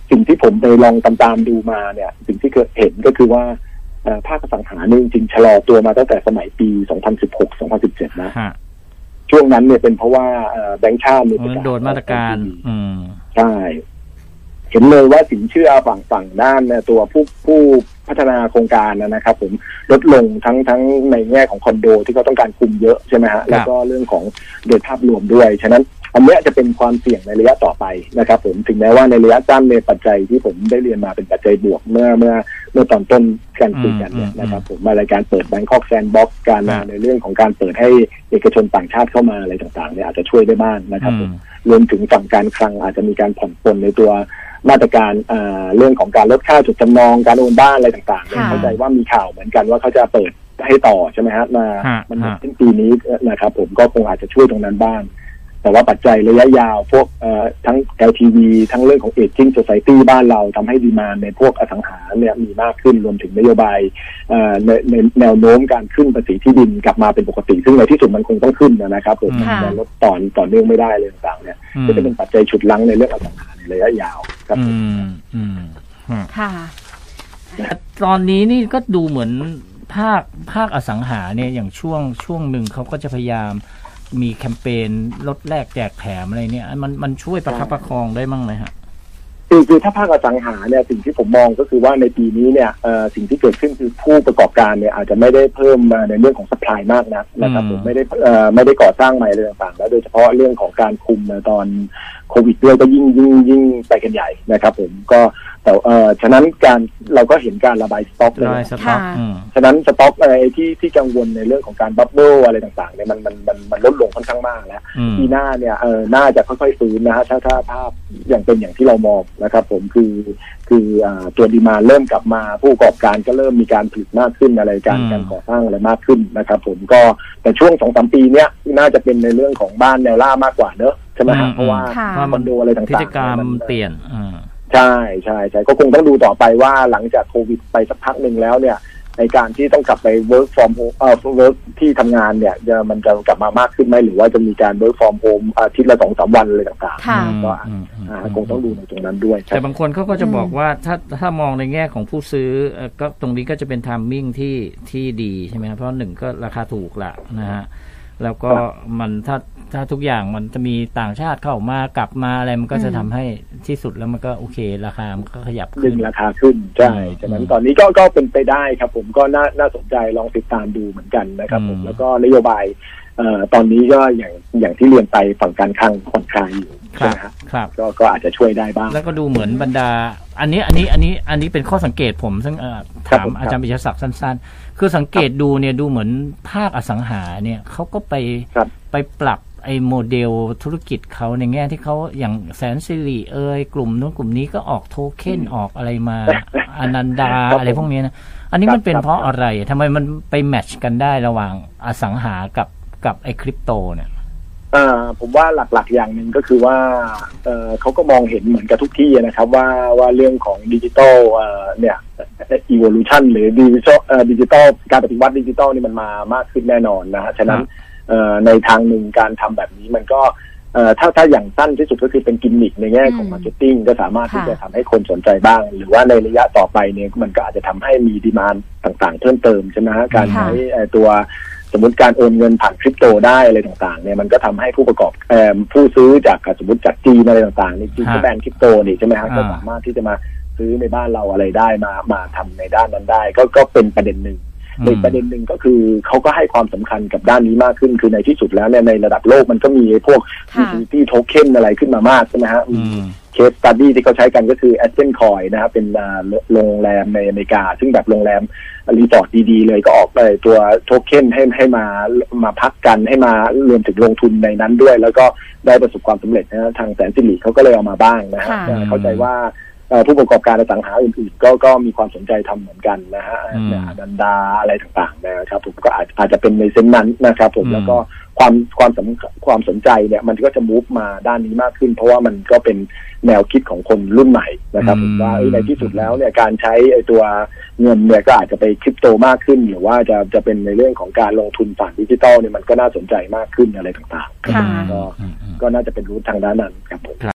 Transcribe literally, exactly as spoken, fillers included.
สิ่งที่ผมไปลองตามๆดูมาเนี่ยสิ่งที่เห็นก็คือว่าภาคอสังหาเนี่ยจริงๆชะลอตัวมาตั้งแต่สมัยปีสองพันสิบหก สองพันสิบเจ็ดนะช่วงนั้นเนี่ยเป็นเพราะว่าแบงก์ชาติมีประกาศโดนมาตรการใช่เห็นเลยว่าสินเชื่อฝั่งฝั่งด้านตัวผู้ผู้พัฒนาโครงการนะครับผมลดลงทั้งทั้งในแง่ของคอนโดที่เขาต้องการคุมเยอะใช่ไหมฮะแล้วก็เรื่องของโดยภาพรวมด้วยฉะนั้นอันนี้จะเป็นความเสี่ยงในระยะต่อไปนะครับผมถึงแม้ว่าในระยะสั้นในปัจจัยที่ผมได้เรียนมาเป็นปัจจัยบวกเมื่อเมื่อเมื่อตอนต้นการคุยกันเนี่ยนะครับผมมารายการเปิด Bangkok Sandbox การในเรื่องของการเปิดให้เอกชนต่างชาติเข้ามาอะไรต่างๆเนี่ยอาจจะช่วยได้บ้างนะครับผมรวมถึงฝั่งการคลังอาจจะมีการผ่อนปลนในตัวมาตรการเรื่องของการลดค่าจดจำนองการโอนบ้านอะไรต่างๆเข้าใจว่ามีข่าวเหมือนกันว่าเขาจะเปิดให้ต่อใช่ไหมฮะมามันสิ้นปีนี้นะครับผมก็คงอาจจะช่วยตรงนั้นบ้างแต่ว่าปัจจัยระยะยาวพวกทั้ง แอล ที วี ทั้งเรื่องของ Aging Society บ้านเราทำให้ดีมานด์ในพวกอสังหาเนี่ยมีมากขึ้นรวมถึงนโยบายในในแนวโน้มการขึ้นภาษีที่ดินกลับมาเป็นปกติซึ่งในที่สุดมันคงต้องขึ้นนะครับผมแต่ลดต่อต่อเนื่องไม่ได้เลยต่างๆเนี่ยก็จะเป็นปัจจัยฉุดรั้งในเรื่องอสังหาในระยะยาวครับค่ะตอนนี้นี่ก็ดูเหมือนภาคภาคอสังหาเนี่ยอย่างช่วงช่วงหนึ่งเขาก็จะพยายามมีแคมเปญลดแลกแจกแถมอะไรเนี่ยมันมันช่วยประคับประคองได้มั้งไหมฮะคือคือถ้าภาคอสังหาเนี่ยสิ่งที่ผมมองก็คือว่าในปีนี้เนี่ยสิ่งที่เกิดขึ้นคือผู้ประกอบการเนี่ยอาจจะไม่ได้เพิ่มมาในเรื่องของซัพพลายมากนักนะครับผมไม่ได้ไม่ได้ก่อสร้างใหม่อะไรต่างๆแล้วโดยเฉพาะเรื่องของการคุมตอนโควิดด้วยก็ยิ่งยิ่งยิ่งไปกันใหญ่นะครับผมก็แต่เอ่อฉะนั้นการเราก็เห็นการระบายสต็อกเลยฉะนั้นสต็อกอะไรที่ที่กังวลในเรื่องของการบับเบิ้ลอะไรต่างๆเนี่ยมันมันมันมันลดลงค่อนข้างมากแล้วปีหน้าเนี่ยเออน่าจะค่อยๆฟื้นนะฮะถ้าถ้าภาพอย่างเป็นอย่างที่เรามองนะครับผมคือคืออ่าตัวดีมานด์เริ่มกลับมาผู้ประกอบการก็เริ่มมีการผลิตมากขึ้นอะไรการการก่อสร้างอะไรมากขึ้นนะครับผมก็แต่ช่วง สองสาม ปีเนี้ยน่าจะเป็นในเรื่องของบ้านแนวล่ามากกว่าเนอะใช่ไหมฮะเพราะว่าคอนโดอะไรต่างๆกิจกรรมเปลี่ยนใช่ใช่ใช่ก็คงต้องดูต่อไปว่าหลังจากโควิดไปสักพักหนึ่งแล้วเนี่ยในการที่ต้องกลับไป work from home เอ่อ work ที่ทำงานเนี่ยจะมันจะกลับมามากขึ้นไหมหรือว่าจะมีการ work from home อาทิตย์ละสองสามวันอะไรต่างๆก็คงต้องดูในตรงนั้นด้วยแต่บางคนเขาก็จะบอกว่าถ้าถ้ามองในแง่ของผู้ซื้อก็ตรงนี้ก็จะเป็น timing ที่ที่ดีใช่ไหมเพราะหนึ่งก็ราคาถูกละนะฮะแล้วก็มันถ้าถ้าทุกอย่างมันจะมีต่างชาติเข้ามากลับมาอะไรมันก็จะทำให้ที่สุดแล้วมันก็โอเคราคามันก็ขยับขึ้นราคาขึ้นใช่ฉะนั้นตอนนี้ก็ก็เป็นไปได้ครับผมก็น่าน่าสนใจลองติดตามดูเหมือนกันนะครับผมแล้วก็นโยบายเอ่อตอนนี้ก็อย่างอย่างที่เรียนไปฝั่งการคลังผ่อนคลายอยู่ครับครับก็ก็อาจจะช่วยได้บ้างแล้วก็ดูเหมือนบรรดาอันนี้อันนี้อันนี้อันนี้เป็นข้อสังเกตผมซึ่งถามอาจารย์ปิยศักดิ์สั้นๆคือสังเกตดูเนี่ยดูเหมือนภาคอสังหาเนี่ยเขาก็ไปไปปรับไอ้โมเดลธุรกิจเขาในแง่ที่เขาอย่างแสนสิริเอ่ยกลุ่มนู้นกลุ่มนี้ก็ออกโทเค็นออกอะไรมาอนันดาอะไรพวกนี้นะอันนี้มันเป็นเพราะอะไรทำไมมันไปแมทช์กันได้ระหว่างอสังหากับกับไอ้คริปโตเนี่ยอ่าผมว่าหลักๆอย่างหนึ่งก็คือว่าเอ่อเขาก็มองเห็นเหมือนกับทุกที่นะครับว่าว่าเรื่องของดิจิตอลเอ่อเนี่ย evolution หรือดิจิทัลเอ่อดิจิตอลการปฏิวัติดิจิตอลนี่มันมามากขึ้นแน่นอนนะฮะฉะนั้นเอ่อในทางหนึ่งการทำแบบนี้มันก็เอ่อถ้าถ้าอย่างสั้นที่สุดก็คือเป็นกิมมิคในแง่ของมาร์เก็ตติ้งก็สามารถที่จะทำให้คนสนใจบ้างหรือว่าในระยะต่อไปเนี่ยมันก็อาจจะทำให้มีดีมานด์ต่างๆเพิ่มเติมใช่ไหมฮะการใช้ตัวสมมติการโอนเงินผ่านคริปโตได้อะไรต่างๆเนี่ยมันก็ทำให้ผู้ประกอบเอ่อผู้ซื้อจากสมมติจากจีนอะไรต่างๆนี่จีนก็แบนคริปโตนี่ใช่ไหมฮะก็สามารถที่จะมาซื้อในบ้านเราอะไรได้มามาทำในด้านนั้นได้ก็ก็เป็นประเด็นหนึ่งในประเด็นหนึ่งก็คือเขาก็ให้ความสำคัญกับด้านนี้มากขึ้นคือในที่สุดแล้วเนี่ยในระดับโลกมันก็มีพวก utility token อะไรขึ้นมามากใช่ไหมฮะเคสสตัดดี้ที่เขาใช้กันก็คือ Ascent Coin นะครับเป็นโรงแรมในอเมริกาซึ่งแบบโรงแรมรีสอร์ทดีๆเลยก็ออกไปตัวโทเค็นให้ให้มามาพักกันให้มารวมถึงลงทุนในนั้นด้วยแล้วก็ได้ประสบความสำเร็จนะทางแสนสิริเขาก็เลยเอามาบ้างนะฮะเข้าใจว่าผู้ประกอบการอสังหาอื่นๆก็ก็มีความสนใจทำเหมือนกันนะฮะดันดาอะไรต่างๆนะครับผมก็อาจอาจจะเป็นในเส้นนั้นนะครับผมแล้วก็ความความสำความสนใจเนี่ยมันก็จะมูฟมาด้านนี้มากขึ้นเพราะว่ามันก็เป็นแนวคิดของคนรุ่นใหม่นะครับผมว่าในที่สุดแล้วเนี่ยการใช้ไอ้ตัวเงินเนี่ยก็อาจจะไปคริปโตมากขึ้นหรือว่าจะจะเป็นในเรื่องของการลงทุนผ่านดิจิตอลเนี่ยมันก็น่าสนใจมากขึ้นอะไรต่างๆก็ก็น่าจะเป็นรูททางด้านนั้นครับผม